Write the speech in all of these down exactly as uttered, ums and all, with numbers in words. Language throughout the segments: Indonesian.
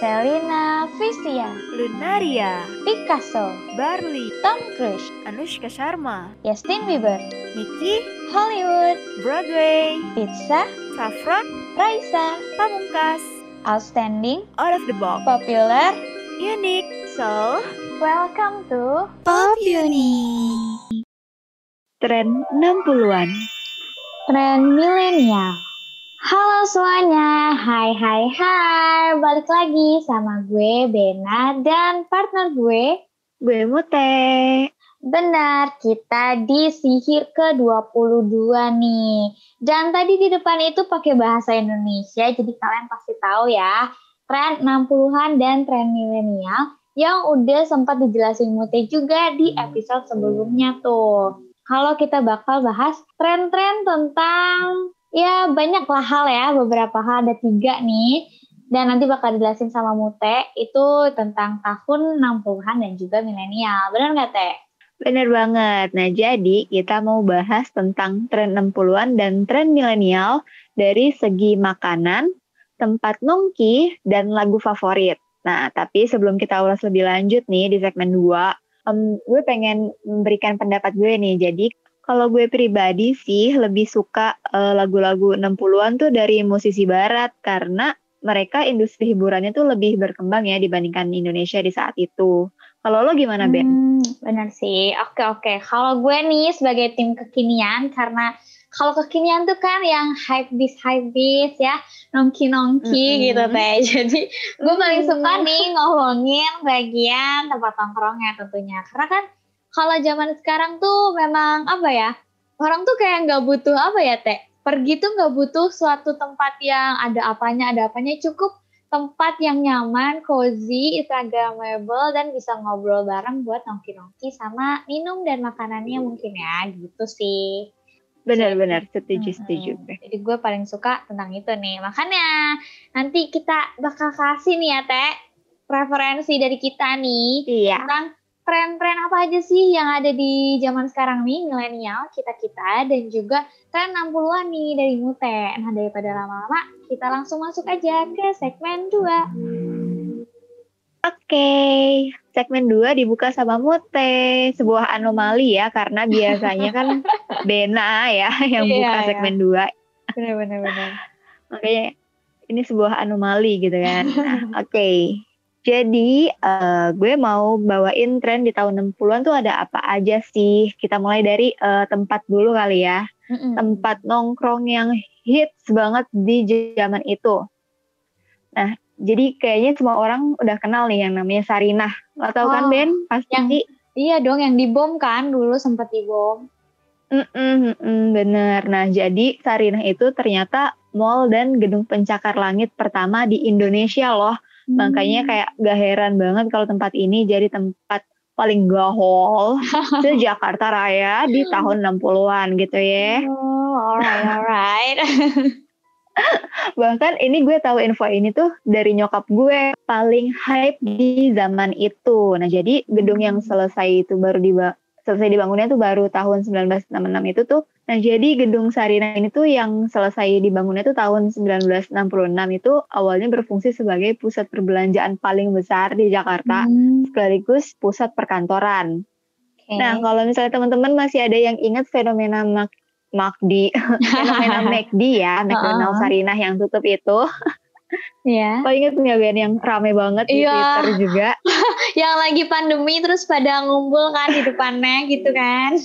Selina Visia, Lunaria, Picasso, Barley, Tom Cruise, Anushka Sharma, Justin Bieber, Nicky, Hollywood, Broadway, Pizza, Saffron, Raisa, Pamungkas, Outstanding, Out of the Box, Popular, Unique. So, welcome to Pop Uni. Tren enam puluhan. Tren Milenial. Halo semuanya, hai hai hai, balik lagi sama gue Bena dan partner gue. Gue Mute. Benar, kita di sihir ke dua puluh dua nih. Dan tadi di depan itu pakai bahasa Indonesia, jadi kalian pasti tahu ya. Tren enam puluhan dan tren milenial yang udah sempat dijelasin Mute juga di episode sebelumnya tuh. Kalau kita bakal bahas tren-tren tentang, ya banyak lah hal ya, beberapa hal, ada tiga nih. Dan nanti bakal dijelasin sama Mute, itu tentang tahun enam puluhan dan juga milenial. Benar nggak, Teh? Bener banget. Nah, jadi kita mau bahas tentang tren enam puluhan dan tren milenial dari segi makanan, tempat nongki, dan lagu favorit. Nah, tapi sebelum kita ulas lebih lanjut nih di segmen dua, um, gue pengen memberikan pendapat gue nih. Jadi, kalau gue pribadi sih lebih suka uh, lagu-lagu enam puluhan tuh dari musisi barat, karena mereka industri hiburannya tuh lebih berkembang ya dibandingkan Indonesia di saat itu. Kalau lo gimana, Ben? Hmm, benar sih. Oke, oke. Kalau gue nih sebagai tim kekinian, karena kalau kekinian tuh kan yang hype bis hype bis ya, nongki-nongki Mm-mm. gitu Teh. Jadi gue paling suka nih ngomongin bagian tempat nongkrongnya tentunya. Karena kan kalau zaman sekarang tuh memang apa ya, orang tuh kayak nggak butuh apa ya Teh. Pergi tuh nggak butuh suatu tempat yang ada apanya, ada apanya, cukup tempat yang nyaman, cozy, instagramable, dan bisa ngobrol bareng buat nongki-nongki sama minum dan makanannya mungkin ya, gitu sih. Benar-benar setuju, Mm-mm. setuju. Jadi gue paling suka tentang itu nih. Makanya nanti kita bakal kasih nih ya, Teh, preferensi dari kita nih. Iya. Tentang tren-tren apa aja sih yang ada di zaman sekarang nih, milenial, kita-kita, dan juga tren enam puluhan nih dari Mute. Nah, daripada lama-lama, kita langsung masuk aja ke segmen dua. Oke, segmen dua dibuka sama Mute. Sebuah anomali ya, karena biasanya kan Bena ya yang Iya, buka iya. segmen dua. Bener-bener. Makanya ini sebuah anomali gitu kan. Nah, oke. Jadi uh, gue mau bawain tren di tahun enam puluhan tuh ada apa aja sih. Kita mulai dari uh, tempat dulu kali ya. Mm-mm. Tempat nongkrong yang hits banget di zaman itu. Nah, jadi kayaknya semua orang udah kenal nih yang namanya Sarinah. Lo tau kan, Oh, Ben? Pasti. yang iya dong, yang dibom kan, dulu sempat dibom. Mm-mm, mm-mm, bener. Nah, jadi Sarinah itu ternyata mall dan gedung pencakar langit pertama di Indonesia loh. Hmm. Makanya kayak gak heran banget kalau tempat ini jadi tempat paling gahol se-Jakarta Raya di tahun enam puluhan gitu ya. Oh, alright, alright. Bahkan ini gue tahu info ini tuh dari nyokap gue, paling hype di zaman itu. Nah, jadi gedung yang selesai itu baru diba- selesai dibangunnya tuh baru tahun sembilan belas enam puluh enam itu tuh. Nah, jadi gedung Sarinah ini tuh yang selesai dibangunnya tuh tahun sembilan belas enam puluh enam itu awalnya berfungsi sebagai pusat perbelanjaan paling besar di Jakarta, Hmm. sekaligus pusat perkantoran. Okay. Nah, kalau misalnya teman-teman masih ada yang ingat fenomena Mak McD, fenomena McD ya, McDonald Sarinah yang tutup itu. Iya. Lo inget nggak Ben yang rame banget di Iya. Twitter juga? Yang lagi pandemi terus pada ngumpul kan di depannya gitu kan.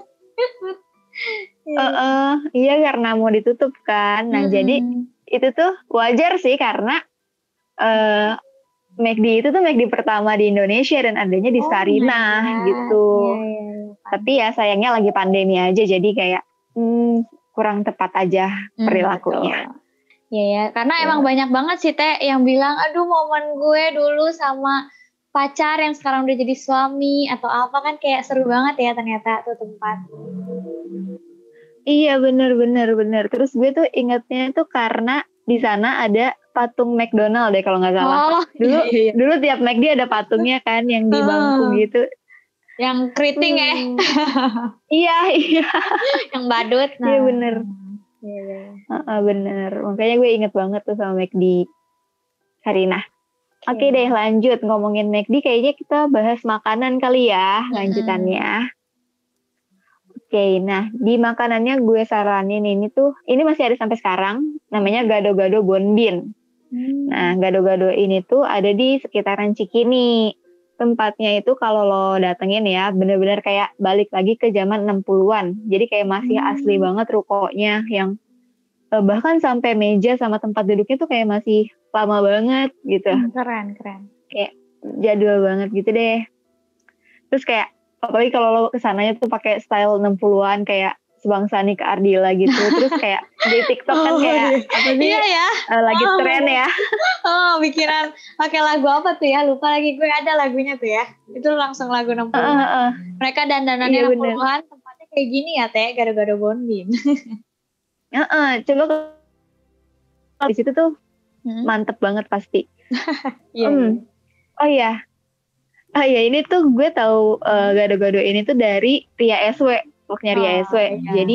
uh, uh, iya karena mau ditutup kan. Nah Mm-mm. jadi itu tuh wajar sih karena uh, McD itu tuh McD pertama di Indonesia dan adanya di Oh Sarinah my God. gitu. Iya, iya, iya. Tapi ya sayangnya lagi pandemi aja jadi kayak hmm, kurang tepat aja Hmm, perilakunya. betul. Iya ya, karena Ya. emang banyak banget sih Teh yang bilang, aduh momen gue dulu sama pacar yang sekarang udah jadi suami atau apa kan kayak seru banget ya ternyata tuh tempat. Iya bener-bener bener. Terus gue tuh ingetnya tuh karena di sana ada patung McDonald deh kalau nggak salah. Oh, Dulu iya, iya. dulu tiap McD ada patungnya kan yang di bangku gitu. Yang keriting ya. Hmm. Iya iya. Yang badut. Nah. Iya bener. Iya iya. Uh, uh, bener. Makanya gue inget banget tuh sama McD Sarinah. Oke deh, lanjut ngomongin McD, kayaknya kita bahas makanan kali ya, lanjutannya. Oke, nah di makanannya gue saranin ini tuh, ini masih ada sampai sekarang, namanya gado-gado Bonbin. Hmm. Nah, gado-gado ini tuh ada di sekitaran Cikini. Tempatnya itu kalau lo datengin ya, bener-bener kayak balik lagi ke zaman enam puluhan. Jadi kayak masih Hmm. asli banget rukonya, yang eh, bahkan sampai meja sama tempat duduknya tuh kayak masih lama banget gitu. Hmm, keren, keren. Kayak jadul banget gitu deh. Terus kayak apalagi kalau lo kesananya tuh pakai style enam puluhan kayak Sebangsa Nika Ardila gitu. Terus kayak di TikTok kan kayak apa sih? Iya ya. Uh, lagi Oh. tren ya. Oh, bikinan pakai lagu apa tuh ya? Lupa lagi, gue ada lagunya tuh ya. Itu langsung lagu enam puluhan. Uh, uh, uh. Mereka dandanannya Iya, enam puluhan, tempatnya kayak gini ya, Teh, gado-gado Bonbin. Uh, uh. Coba kalau di situ tuh Hmm. mantep banget pasti. Iya. Hmm. iya. Oh iya. Oh iya, ini tuh gue tahu uh, gado-gado ini tuh dari Ria S W, vlognya Ria Oh, S W. iya. Jadi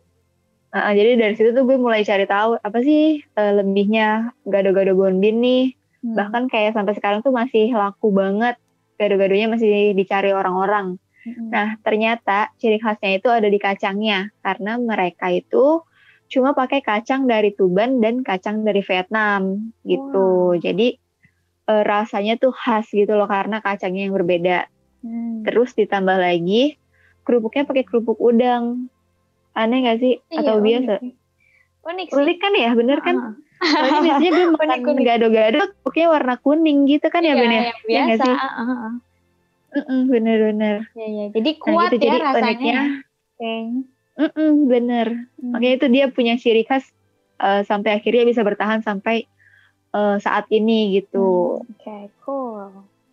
uh, jadi dari situ tuh gue mulai cari tahu apa sih uh, lebihnya gado-gado Bonbin nih. Hmm. Bahkan kayak sampai sekarang tuh masih laku banget, gado-gadonya masih dicari orang-orang. Hmm. Nah, ternyata ciri khasnya itu ada di kacangnya, karena mereka itu cuma pakai kacang dari Tuban dan kacang dari Vietnam gitu. Wow. Jadi e, rasanya tuh khas gitu loh karena kacangnya yang berbeda. Hmm. Terus ditambah lagi kerupuknya pakai kerupuk udang. Aneh gak sih? Iya, Atau unik biasa? sih. Unik sih. Unik kan ya, bener kan? Uh-huh. Soalnya biasanya gue makan Unik-unik. gado-gado kerupuknya warna kuning gitu kan ya Iya, Ben ya? yang biasa. Ya Uh-huh. Mm-mm, bener-bener. Ya, ya. Jadi Nah kuat gitu, ya jadi rasanya. uniknya. Kayaknya. Mm-mm, bener. Hmm. Makanya itu dia punya ciri khas uh, sampai akhirnya bisa bertahan sampai uh, saat ini gitu. Hmm. Oke, okay, cool.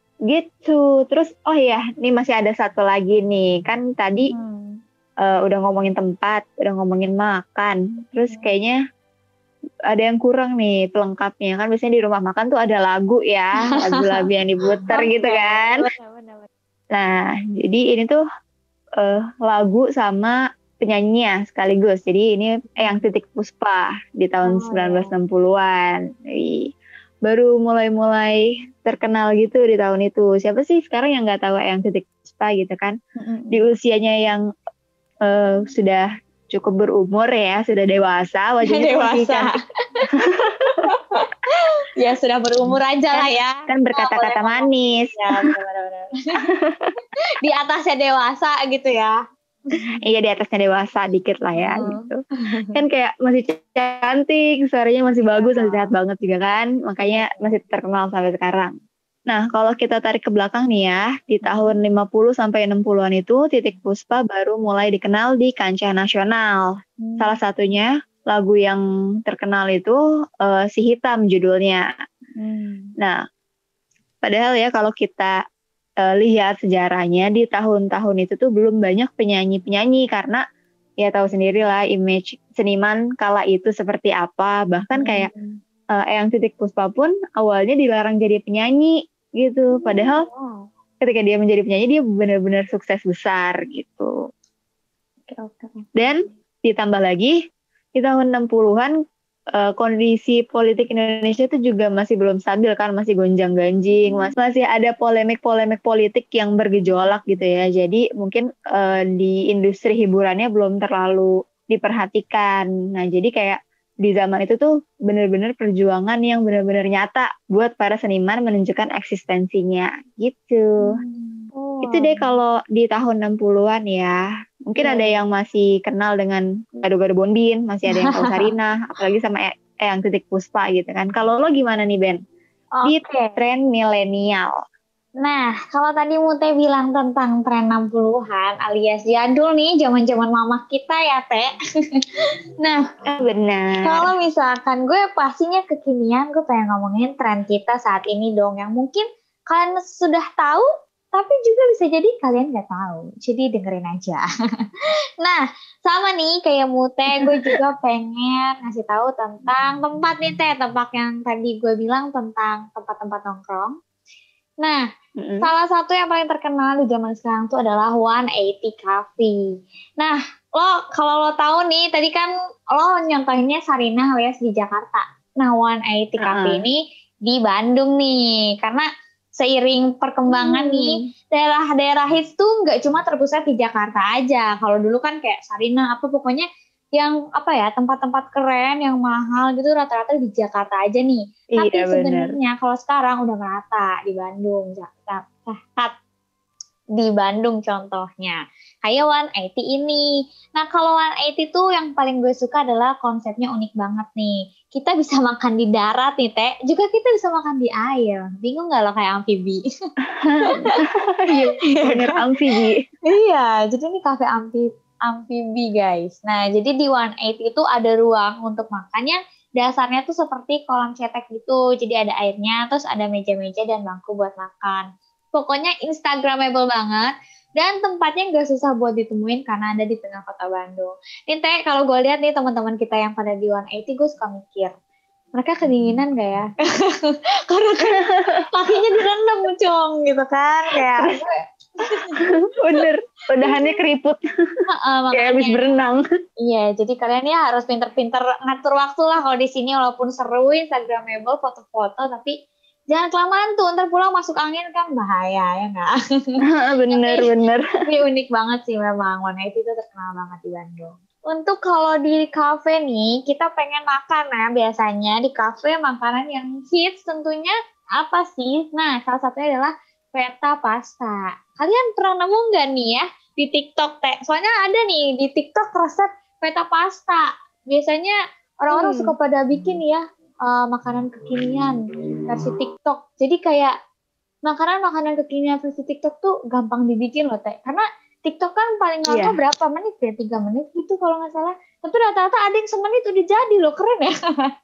Gitu. Terus oh ya, nih masih ada satu lagi nih. Kan tadi hmm. uh, udah ngomongin tempat, udah ngomongin makan. Terus hmm. kayaknya ada yang kurang nih pelengkapnya. Kan biasanya di rumah makan tuh ada lagu ya, lagu-lagu yang diputer gitu kan. Nah, jadi ini tuh uh, lagu sama penyanyinya sekaligus. Jadi ini Eyang Titik Puspa di tahun oh, sembilan belas enam puluhan. Jadi, baru mulai-mulai terkenal gitu di tahun itu. Siapa sih sekarang yang nggak tahu Eyang Titik Puspa gitu kan? Mm-hmm. Di usianya yang uh, sudah cukup berumur ya, sudah dewasa, wajahnya masih cantik. Ya sudah berumur aja lah ya. Kan berkata-kata oh, manis. Ya, benar-benar. Di atasnya dewasa gitu ya. Iya, di atasnya dewasa dikit lah ya hmm. gitu. Kan kayak masih cantik, suaranya masih bagus, masih sehat banget juga kan. Makanya masih terkenal sampai sekarang. Nah, kalau kita tarik ke belakang nih ya, di tahun lima puluh sampai enam puluhan itu Titik Puspa baru mulai dikenal di kancah nasional. Hmm. Salah satunya lagu yang terkenal itu uh, Si Hitam judulnya. Hmm. Nah, padahal ya kalau kita uh, lihat sejarahnya di tahun-tahun itu tuh belum banyak penyanyi-penyanyi karena ya tahu sendirilah image seniman kala itu seperti apa. Bahkan kayak uh, Eyang Titik Puspa pun awalnya dilarang jadi penyanyi gitu. Padahal wow. ketika dia menjadi penyanyi dia benar-benar sukses besar gitu. Okay, okay. Dan ditambah lagi di tahun enam puluhan uh, kondisi politik Indonesia itu juga masih belum stabil kan, masih gonjang-ganjing, hmm. masih ada polemik-polemik politik yang bergejolak gitu ya. Jadi mungkin uh, di industri hiburannya belum terlalu diperhatikan. Nah, jadi kayak di zaman itu tuh benar-benar perjuangan yang benar-benar nyata buat para seniman menunjukkan eksistensinya gitu. Hmm. Oh. Itu deh kalau di tahun enam puluhan ya. Mungkin yeah. ada yang masih kenal dengan gado-gado Bonbin, masih ada yang tahu Sarinah, apalagi sama Eyang Titik Puspa gitu kan. Kalau lo gimana nih Ben? Okay. Di tren milenial. Nah, kalau tadi Mute bilang tentang tren enam puluhan alias jadul nih, zaman-zaman mama kita ya, Teh. Nah, benar. Kalau misalkan gue pastinya kekinian, gue pengen ngomongin tren kita saat ini dong, yang mungkin kalian sudah tahu, tapi juga bisa jadi kalian nggak tahu. Jadi dengerin aja. Nah, sama nih kayak Mute, gue juga pengen ngasih tahu tentang tempat nih, Teh, tempat yang tadi gue bilang tentang tempat-tempat nongkrong. Nah, mm-hmm. salah satu yang paling terkenal di zaman sekarang tuh adalah one eighty Cafe. Nah, lo kalau lo tahu nih, tadi kan lo nyontohinnya Sarinah alias di Jakarta. Nah, one eighty uh-huh. Cafe ini di Bandung nih. Karena seiring perkembangan Hmm. nih, daerah-daerah hits tuh nggak cuma terpusat di Jakarta aja. Kalau dulu kan kayak Sarina, apa pokoknya yang apa ya, tempat-tempat keren, yang mahal gitu rata-rata di Jakarta aja nih. Tapi Iya benar. sebenarnya kalau sekarang udah merata di Bandung, Jakarta, di Bandung contohnya. Kayak seratus delapan puluh ini. Nah kalau seratus delapan puluh tuh yang paling gue suka adalah konsepnya unik banget nih. Kita bisa makan di darat nih Teh, juga kita bisa makan di air. Bingung gak lo kayak amfibi? Iya, bener amfibi. Iya, jadi ini kafe amfi, amfibi guys. Nah jadi di seratus delapan puluh itu ada ruang untuk makannya. Dasarnya tuh seperti kolam cetek gitu. Jadi ada airnya, terus ada meja-meja dan bangku buat makan. Pokoknya instagramable banget. Dan tempatnya nggak susah buat ditemuin karena ada di tengah kota Bandung. Ini Teh, kalau gue lihat nih teman-teman kita yang pada di seratus delapan puluh, gue suka mikir, mereka kedinginan gak ya? Karena kan kakinya direndam cong gitu kan. Kayak Bener, udahannya keriput. uh, Kayak habis berenang. Iya, jadi kalian ya harus pinter-pinter ngatur waktu lah kalau di sini, walaupun seru, instagramable, foto-foto, tapi jangan kelamaan tuh, ntar pulang masuk angin kan bahaya ya nggak? Bener-bener. Tapi unik banget sih memang, warna itu tuh terkenal banget di Bandung. Untuk kalau di kafe nih, kita pengen makan ya biasanya di kafe makanan yang hits tentunya apa sih? Nah, salah satunya adalah feta pasta. Kalian pernah nemu nggak nih ya di TikTok Teh? Soalnya ada nih di TikTok resep feta pasta. Biasanya orang-orang Hmm. suka pada bikin ya uh, makanan kekinian versi TikTok. Jadi kayak makanan-makanan kekinian versi TikTok tuh gampang dibikin loh Teh. Karena TikTok kan paling lama Iya. berapa menit ya? Tiga menit gitu kalau nggak salah. Tapi rata-rata ada yang semenit udah jadi loh, keren ya.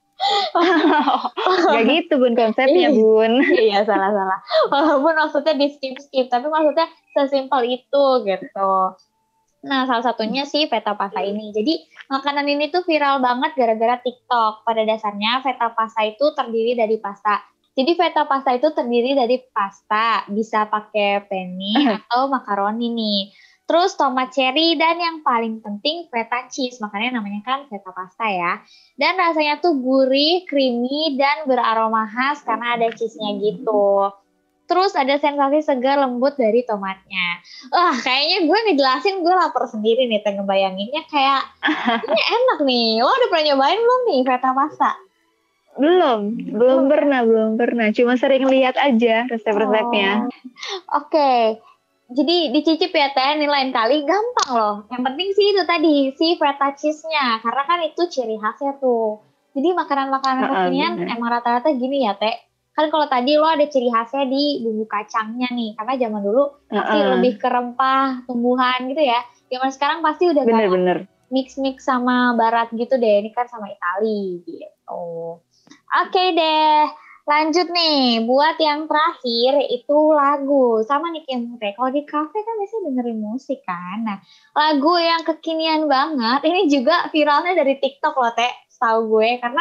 Gak gitu Bun konsepnya Bun. Iya salah-salah. Walaupun maksudnya di skip-skip, tapi maksudnya sesimpel itu gitu. Nah salah satunya sih feta pasta ini. Jadi makanan ini tuh viral banget gara-gara TikTok. Pada dasarnya feta pasta itu terdiri dari pasta. Jadi feta pasta itu terdiri dari pasta, bisa pakai penne atau makaroni nih. Terus tomat cherry dan yang paling penting feta cheese, makanya namanya kan feta pasta ya. Dan rasanya tuh gurih, creamy, dan beraroma khas karena ada cheese-nya gitu. Terus ada sensasi segar lembut dari tomatnya. Wah, kayaknya gue ngejelasin gue lapar sendiri nih, tengah bayanginnya kayak ini enak nih. Lo udah pernah nyobain belum nih feta pasta? Belum, belum pernah, belum pernah. Cuma sering lihat aja resep-resepnya. Oh. Oke, okay. Jadi dicicip ya Teh, nih lain kali gampang loh. Yang penting sih itu tadi, si feta cheese-nya. Karena kan itu ciri khasnya tuh. Jadi makanan-makanan kekinian emang rata-rata gini ya Teh. Kan kalau tadi lo ada ciri khasnya di bumbu kacangnya nih. Karena zaman dulu pasti uh-uh. lebih ke rempah, tumbuhan gitu ya. Zaman sekarang pasti udah bener, bener. mix-mix sama barat gitu deh. Ini kan sama Itali gitu. Oke okay deh. Lanjut nih, buat yang terakhir itu lagu. Sama nih kayak Teh, kalau di kafe kan biasanya dengerin musik kan. Nah, lagu yang kekinian banget, ini juga viralnya dari TikTok loh Teh, setahu gue. Karena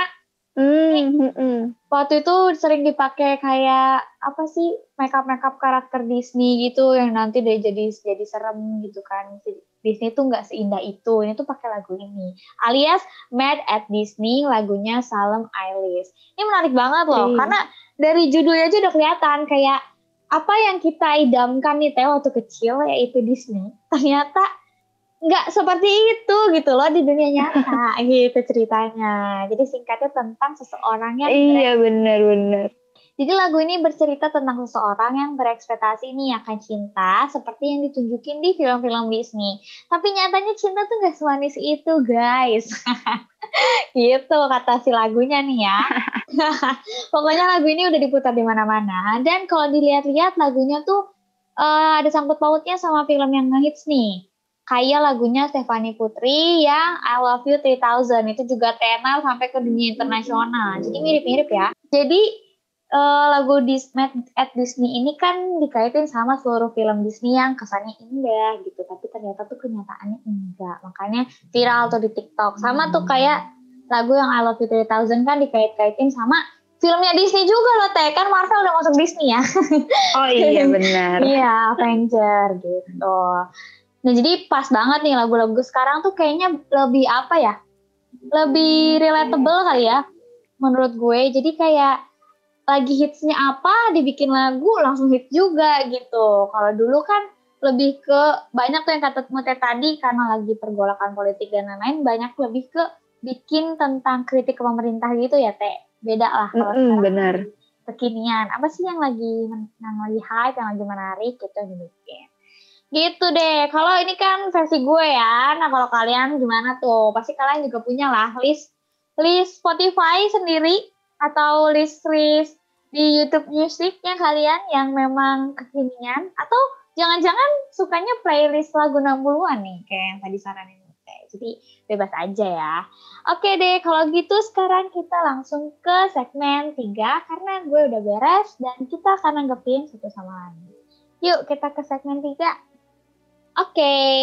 mm, mm. waktu itu sering dipakai kayak, apa sih, makeup-makeup karakter Disney gitu, yang nanti deh jadi jadi serem gitu kan. Disney tuh nggak seindah itu, ini tuh pakai lagu ini. Alias Mad at Disney, lagunya Salem Eilish. Ini menarik banget loh, hmm. karena dari judulnya aja udah kelihatan kayak apa yang kita idamkan nih Teh waktu kecil, yaitu Disney. Ternyata nggak seperti itu gitu loh di dunia nyata, gitu ceritanya. Jadi singkatnya tentang seseorang yang iya benar-benar. Jadi lagu ini bercerita tentang seseorang yang berekspektasi nih akan cinta seperti yang ditunjukin di film-film Disney. Tapi nyatanya cinta tuh gak semanis itu guys. Gitu kata si lagunya nih ya. Pokoknya lagu ini udah diputar di mana-mana. Dan kalau dilihat-lihat lagunya tuh uh, ada sangkut pautnya sama film yang ngehits nih. Kayak lagunya Stefanie Putri yang I Love You three thousand. Itu juga tenar sampai ke dunia internasional. Jadi mirip-mirip ya. Jadi Uh, lagu Mad at Disney ini kan dikaitin sama seluruh film Disney yang kesannya indah gitu, tapi ternyata tuh kenyataannya enggak, makanya viral tuh di TikTok. Sama tuh kayak lagu yang I Love You three thousand kan dikait-kaitin sama filmnya Disney juga loh Teh, kan Marvel udah masuk Disney ya. Oh iya benar. Iya, Avenger gitu. Nah jadi pas banget nih lagu-lagu sekarang tuh kayaknya lebih apa ya, lebih relatable kali ya menurut gue. Jadi kayak lagi hitsnya apa, dibikin lagu langsung hit juga gitu. Kalau dulu kan lebih ke banyak tuh yang kata Mute tadi karena lagi pergolakan politik dan lain-lain, banyak lebih ke bikin tentang kritik ke pemerintah gitu ya Teh. Beda lah kalau Mm-mm, sekarang bener. lagi kekinian. Apa sih yang lagi yang lagi hype, yang lagi menarik gitu dibikin. Gitu deh. Kalau ini kan versi gue ya. Nah, kalau kalian gimana tuh? Pasti kalian juga punya lah list list Spotify sendiri atau list-list di YouTube Musicnya kalian yang memang kekinian atau jangan-jangan sukanya playlist lagu enam puluhan nih kayak yang tadi saranin. Jadi bebas aja ya. Oke deh, kalau gitu sekarang kita langsung ke segmen tiga karena gue udah beres dan kita akan nanggepin satu sama lain. Yuk kita ke segmen tiga. Oke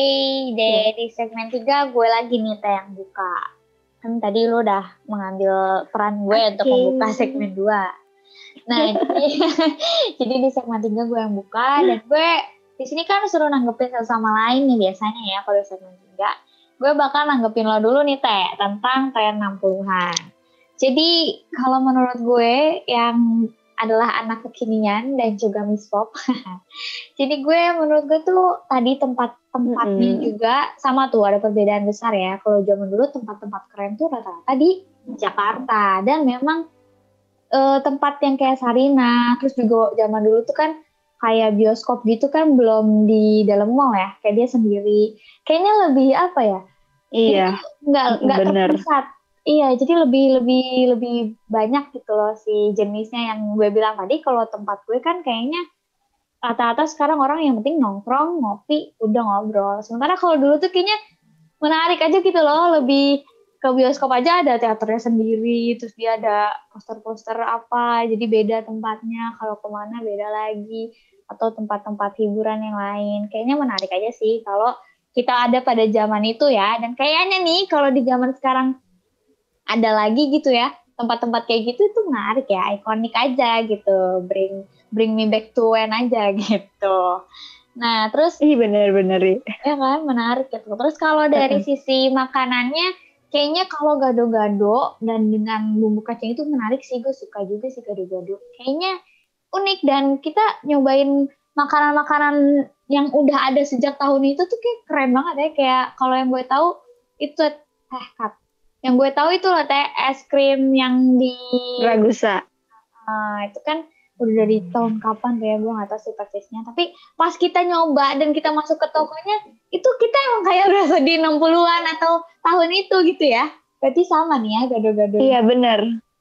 deh, Yeah. di segmen tiga gue lagi nih Teh yang buka. Kan tadi lu udah mengambil peran gue untuk Oke. membuka segmen dua. Nah, jadi, jadi di segmen tiga gue yang buka dan gue di sini kan suruh nanggepin satu sama lain nih biasanya ya kalau di segmen tiga. Gue bakal nanggepin lo dulu nih Teh tentang tren enam puluhan. Jadi kalau menurut gue yang adalah anak kekinian dan juga Miss Pop. Jadi gue menurut gue tuh tadi tempat-tempatnya Mm-mm. juga sama tuh ada perbedaan besar ya. Kalau zaman dulu tempat-tempat keren tuh rata-rata di Jakarta dan memang uh, tempat yang kayak Sarina, terus juga zaman dulu tuh kan kayak bioskop gitu kan belum di dalam mall ya, kayak dia sendiri. Kayaknya lebih apa ya? Iya, Nggak nggak bener. terpusat. Iya, jadi lebih lebih lebih banyak gitu loh si jenisnya yang gue bilang tadi. Kalau tempat gue kan kayaknya rata-rata sekarang orang yang penting nongkrong, ngopi, udah ngobrol. Sementara kalau dulu tuh kayaknya menarik aja gitu loh, lebih ke bioskop aja ada teaternya sendiri, terus dia ada poster-poster apa, jadi beda tempatnya, kalau kemana beda lagi, atau tempat-tempat hiburan yang lain. Kayaknya menarik aja sih kalau kita ada pada zaman itu ya, dan kayaknya nih kalau di zaman sekarang ada lagi gitu ya, tempat-tempat kayak gitu itu menarik ya, ikonik aja gitu, bring bring me back to when aja gitu. Nah, terus Ih, bener-bener. ya kan menarik gitu. Terus kalau dari sisi makanannya kayaknya kalau gado-gado dan dengan bumbu kacang itu menarik sih, gue suka juga sih gado-gado. Kayaknya unik dan kita nyobain makanan-makanan yang udah ada sejak tahun itu tuh kayak keren banget ya. Kayak kalau yang gue tahu itu eh Kak, yang gue tahu itu loh Teh es krim yang di Ragusa. Nah, itu kan udah dari tahun kapan tuh ya, gue gak tahu sih persisnya. Tapi pas kita nyoba dan kita masuk ke tokonya, itu kita emang kayak berasa di enam puluhan atau tahun itu gitu ya. Berarti sama nih ya gado-gado. Iya, bener.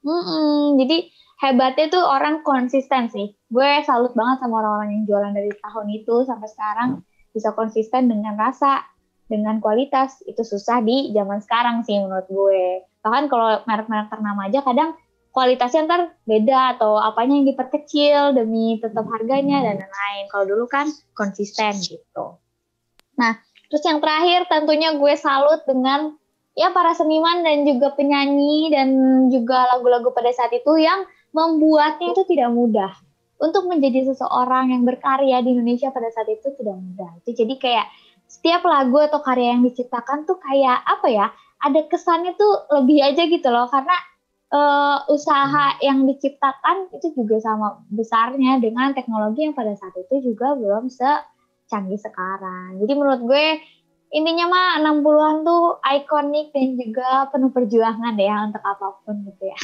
Mm-mm, jadi hebatnya tuh orang konsisten sih. Gue salut banget sama orang-orang yang jualan dari tahun itu sampai sekarang bisa konsisten dengan rasa, dengan kualitas. Itu susah di zaman sekarang sih menurut gue. Bahkan kalau merek-merek ternama aja kadang kualitasnya ntar beda atau apanya yang diperkecil demi tetap harganya dan lain-lain. Kalau dulu kan konsisten gitu. Nah, terus yang terakhir tentunya gue salut dengan ya para seniman dan juga penyanyi dan juga lagu-lagu pada saat itu yang membuatnya itu tidak mudah. Untuk menjadi seseorang yang berkarya di Indonesia pada saat itu tidak mudah. Itu jadi kayak setiap lagu atau karya yang diciptakan tuh kayak apa ya? Ada kesannya tuh lebih aja gitu loh karena Uh, usaha yang diciptakan itu juga sama besarnya dengan teknologi yang pada saat itu juga belum secanggih sekarang. Jadi menurut gue intinya mah enam puluhan tuh ikonik dan juga penuh perjuangan deh ya untuk apapun gitu ya.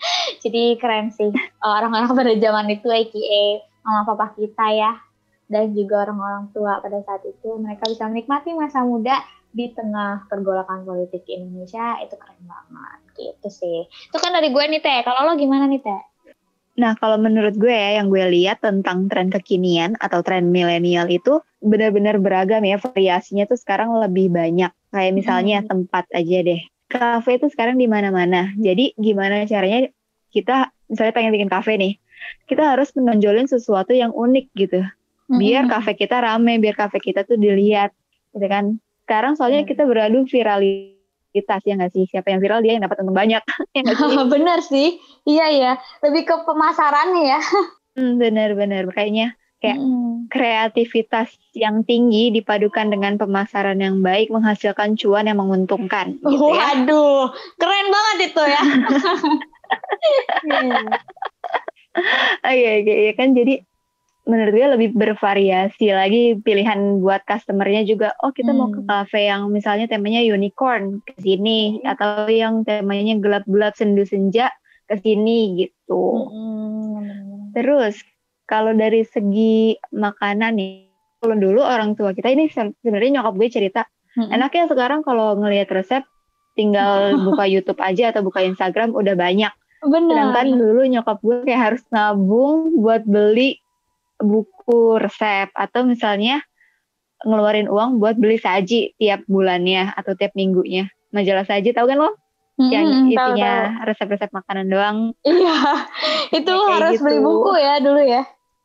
Jadi keren sih orang-orang pada zaman itu A K A mama papa kita ya dan juga orang-orang tua pada saat itu mereka bisa menikmati masa muda di tengah pergolakan politik Indonesia. Itu keren banget gitu sih. Itu kan dari gue nih Teh, kalau lo gimana nih Teh? Nah, kalau menurut gue ya, yang gue lihat tentang tren kekinian atau tren milenial itu benar-benar beragam ya, variasinya tuh sekarang lebih banyak. Kayak misalnya hmm. tempat aja deh. Kafe itu sekarang di mana-mana. Jadi gimana caranya kita misalnya pengen bikin kafe nih, kita harus menonjolin sesuatu yang unik gitu. Biar kafe kita rame, biar kafe kita tuh dilihat, gitu kan. Sekarang soalnya hmm. kita beradu viralitas ya nggak sih? Siapa yang viral dia yang dapat untung banyak. Ya nggak sih? Bener sih, iya ya. Lebih ke pemasarannya ya. Hmm, benar-benar kayaknya kayak hmm. kreativitas yang tinggi dipadukan dengan pemasaran yang baik menghasilkan cuan yang menguntungkan. Gitu ya. Waduh, keren banget itu ya. Oh iya, iya, iya kan jadi menurut gue lebih bervariasi lagi pilihan buat customernya juga. Oh kita mau ke Hmm. cafe yang misalnya temanya unicorn ke sini, Hmm. atau yang temanya gelap-gelap sendu senja ke sini gitu. Hmm. Bener-bener. Terus kalau dari segi makanan nih, kalau dulu orang tua kita ini se- sebenarnya nyokap gue cerita, Hmm. enaknya sekarang kalau ngelihat resep tinggal buka YouTube aja atau buka Instagram udah banyak. Sedangkan Bener. dulu nyokap gue kayak harus nabung buat beli buku resep atau misalnya ngeluarin uang buat beli saji tiap bulannya atau tiap minggunya. Majalah saji tahu kan lo? Yang Hmm. Tahu-tahu. isinya resep-resep makanan doang. Iya, itu Ya kayak harus beli buku gitu. ya dulu ya.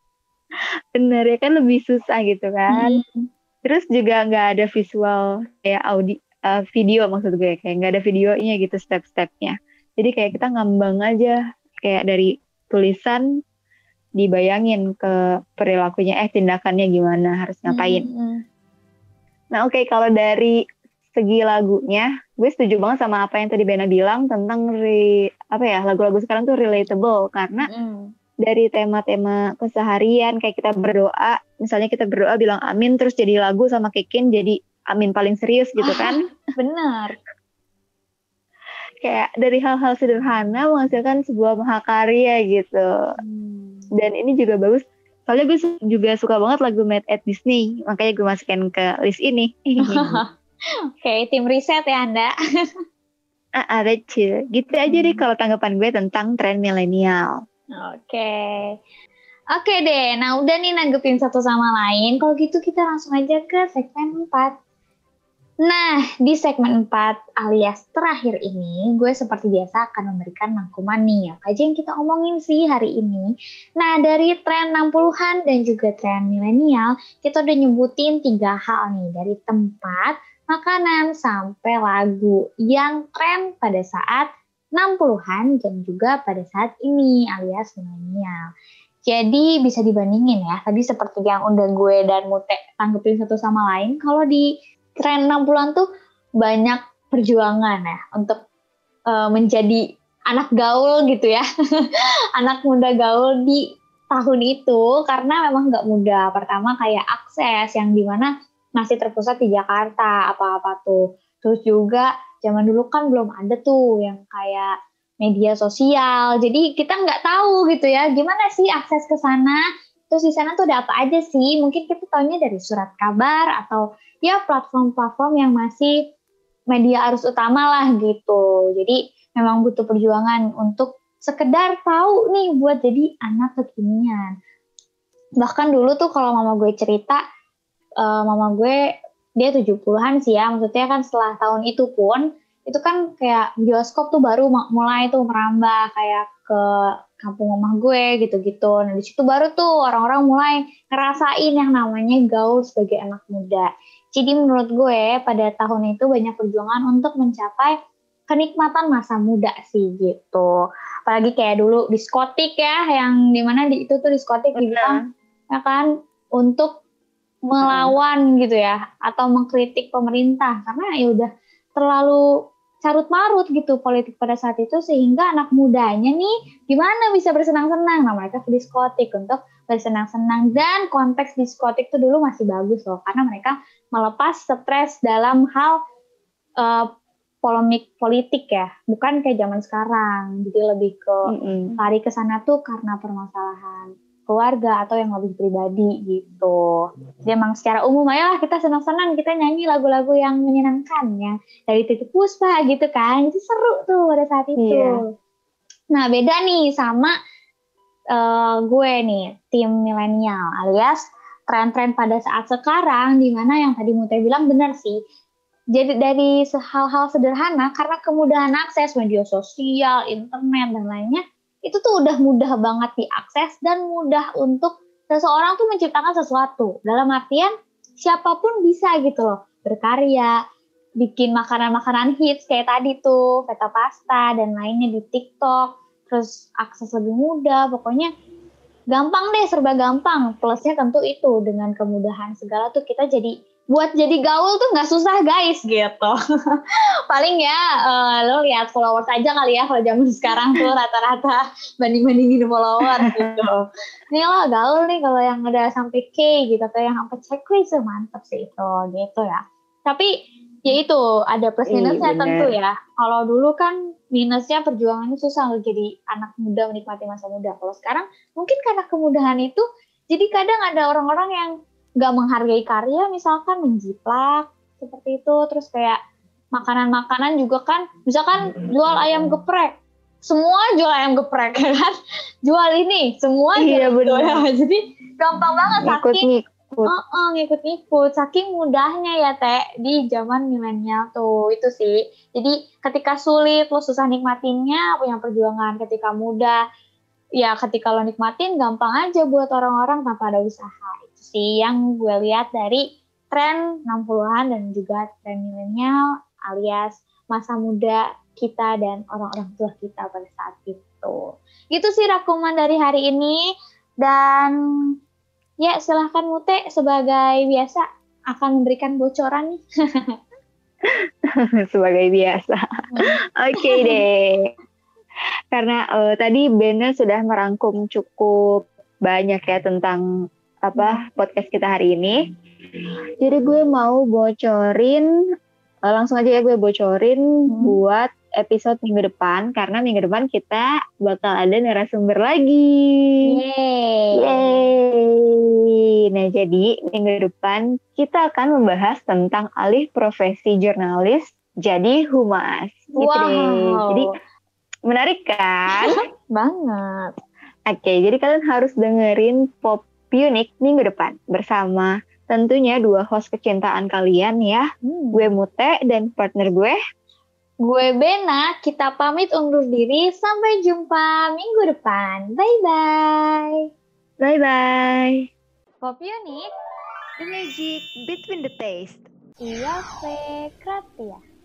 Bener ya kan lebih susah gitu kan. Hmm. Terus juga nggak ada visual kayak audi eh, video maksud gue kayak nggak ada videonya gitu step-stepnya. Jadi kayak kita ngambang aja kayak dari tulisan dibayangin ke perilakunya eh tindakannya gimana harus ngapain. Hmm. Nah oke kalau dari segi lagunya gue setuju banget sama apa yang tadi Bena bilang tentang re, apa ya lagu-lagu sekarang tuh relatable karena Hmm. dari tema-tema keseharian kayak kita berdoa misalnya kita berdoa bilang amin terus jadi lagu sama Kekin jadi amin paling serius gitu kan Benar. kayak dari hal-hal sederhana menghasilkan sebuah mahakarya gitu Hmm. dan ini juga bagus soalnya gue su- juga suka banget lagu Made at Disney makanya gue masukin ke list ini. Oke, tim riset ya Anda. Ah, ada chill gitu aja deh Hmm. kalau tanggapan gue tentang tren milenial. Oke. Oke deh, nah udah nih nanggepin satu sama lain. Kalau gitu kita langsung aja ke segmen empat. Nah, di segmen empat alias terakhir ini, gue seperti biasa akan memberikan rangkuman nih, apa aja yang kita omongin sih hari ini. Nah, dari tren enam puluhan dan juga tren milenial, kita udah nyebutin tiga hal nih, dari tempat, makanan, sampai lagu yang tren pada saat enam puluhan dan juga pada saat ini alias milenial. Jadi bisa dibandingin ya, tadi seperti yang udah gue dan Mute tanggepin satu sama lain, kalau di tren enam puluhan tuh banyak perjuangan ya untuk uh, menjadi anak gaul gitu ya. Anak muda gaul di tahun itu karena memang nggak mudah. Pertama kayak akses yang dimana masih terpusat di Jakarta apa-apa tuh. Terus juga zaman dulu kan belum ada tuh yang kayak media sosial. Jadi kita nggak tahu gitu ya gimana sih akses ke sana. Terus di sana tuh ada apa aja sih? Mungkin kita tahunya dari surat kabar atau ya platform-platform yang masih media arus utama lah gitu. Jadi memang butuh perjuangan untuk sekedar tahu nih buat jadi anak kekinian. Bahkan dulu tuh kalau mama gue cerita, uh, mama gue dia tujuh puluhan sih ya, maksudnya kan setelah tahun itu pun, itu kan kayak bioskop tuh baru mulai tuh merambah kayak ke kampung mama gue gitu-gitu. Nah di situ baru tuh orang-orang mulai ngerasain yang namanya gaul sebagai anak muda. Jadi menurut gue pada tahun itu banyak perjuangan untuk mencapai kenikmatan masa muda sih gitu. Apalagi kayak dulu diskotik ya, yang dimana di itu tuh diskotik dibilang ya kan untuk melawan gitu ya atau mengkritik pemerintah karena ya udah terlalu carut marut gitu politik pada saat itu sehingga anak mudanya nih gimana bisa bersenang-senang. Nah mereka ke diskotik untuk bersenang-senang dan konteks diskotik itu dulu masih bagus loh karena mereka melepas stres dalam hal uh, polemik politik ya bukan kayak zaman sekarang jadi lebih ke Mm-mm. lari ke sana tuh karena permasalahan keluarga atau yang lebih pribadi gitu. Jadi emang secara umum ayolah kita senang-senang kita nyanyi lagu-lagu yang menyenangkan ya dari Titiek Puspa gitu kan itu seru tuh pada saat itu. Iya. Nah beda nih sama uh, gue nih tim milenial alias tren-tren pada saat sekarang di mana yang tadi Mute bilang benar sih. Jadi dari hal-hal sederhana karena kemudahan akses media sosial, internet dan lainnya itu tuh udah mudah banget diakses dan mudah untuk seseorang tuh menciptakan sesuatu. Dalam artian siapapun bisa gitu loh berkarya, bikin makanan-makanan hits kayak tadi tuh, peta pasta dan lainnya di TikTok. Terus akses lebih mudah, pokoknya gampang deh, serba gampang. Plusnya tentu itu dengan kemudahan segala tuh kita jadi buat jadi gaul tuh nggak susah guys gitu. Paling ya uh, lo lihat followers aja kali ya, kalau zaman sekarang tuh rata-rata banding-bandingin followers gitu. Nih lo gaul nih kalau yang udah sampai K gitu atau yang sampai checklist, mantep sih itu gitu ya. Tapi ya itu ada plus minusnya tentu ya. Kalau dulu kan minusnya perjuangannya susah lo jadi anak muda menikmati masa muda. Kalau sekarang mungkin karena kemudahan itu, jadi kadang ada orang-orang yang nggak menghargai karya, misalkan menjiplak seperti itu. Terus kayak makanan-makanan juga kan, misalkan jual ayam geprek, semua jual ayam geprek kan, jual ini semua iya, jual bener. ya. Jadi gampang banget saking ngikut-ngikut uh, uh, ngikut-ngikut saking mudahnya ya Teh di zaman milenial tuh itu sih. Jadi ketika sulit lo susah nikmatinnya, punya perjuangan. Ketika mudah ya ketika lo nikmatin gampang aja buat orang-orang tanpa ada usaha. Itu sih yang gue lihat dari tren enam puluhan dan juga tren milenial alias masa muda kita dan orang-orang tua kita pada saat itu. Gitu sih rangkuman dari hari ini. Dan ya silahkan Mute sebagai biasa akan memberikan bocoran nih. sebagai biasa. Oke okay deh. Karena uh, tadi Bena sudah merangkum cukup banyak ya tentang apa podcast kita hari ini. Jadi gue mau bocorin, uh, langsung aja ya gue bocorin hmm. buat episode minggu depan. Karena minggu depan kita bakal ada narasumber lagi. Yeay. Yeay. Nah jadi minggu depan kita akan membahas tentang alih profesi jurnalis jadi humas. Gitu wow. deh. Jadi menarik kan? Banget. Oke, jadi kalian harus dengerin Pop Unik minggu depan bersama tentunya dua host kecintaan kalian ya. Hmm. Gue Mute dan partner gue. Gue Bena, kita pamit undur diri. Sampai jumpa minggu depan. Bye-bye. Bye-bye. Pop Unik. The magic between the taste. Iya, Fe. Kratia.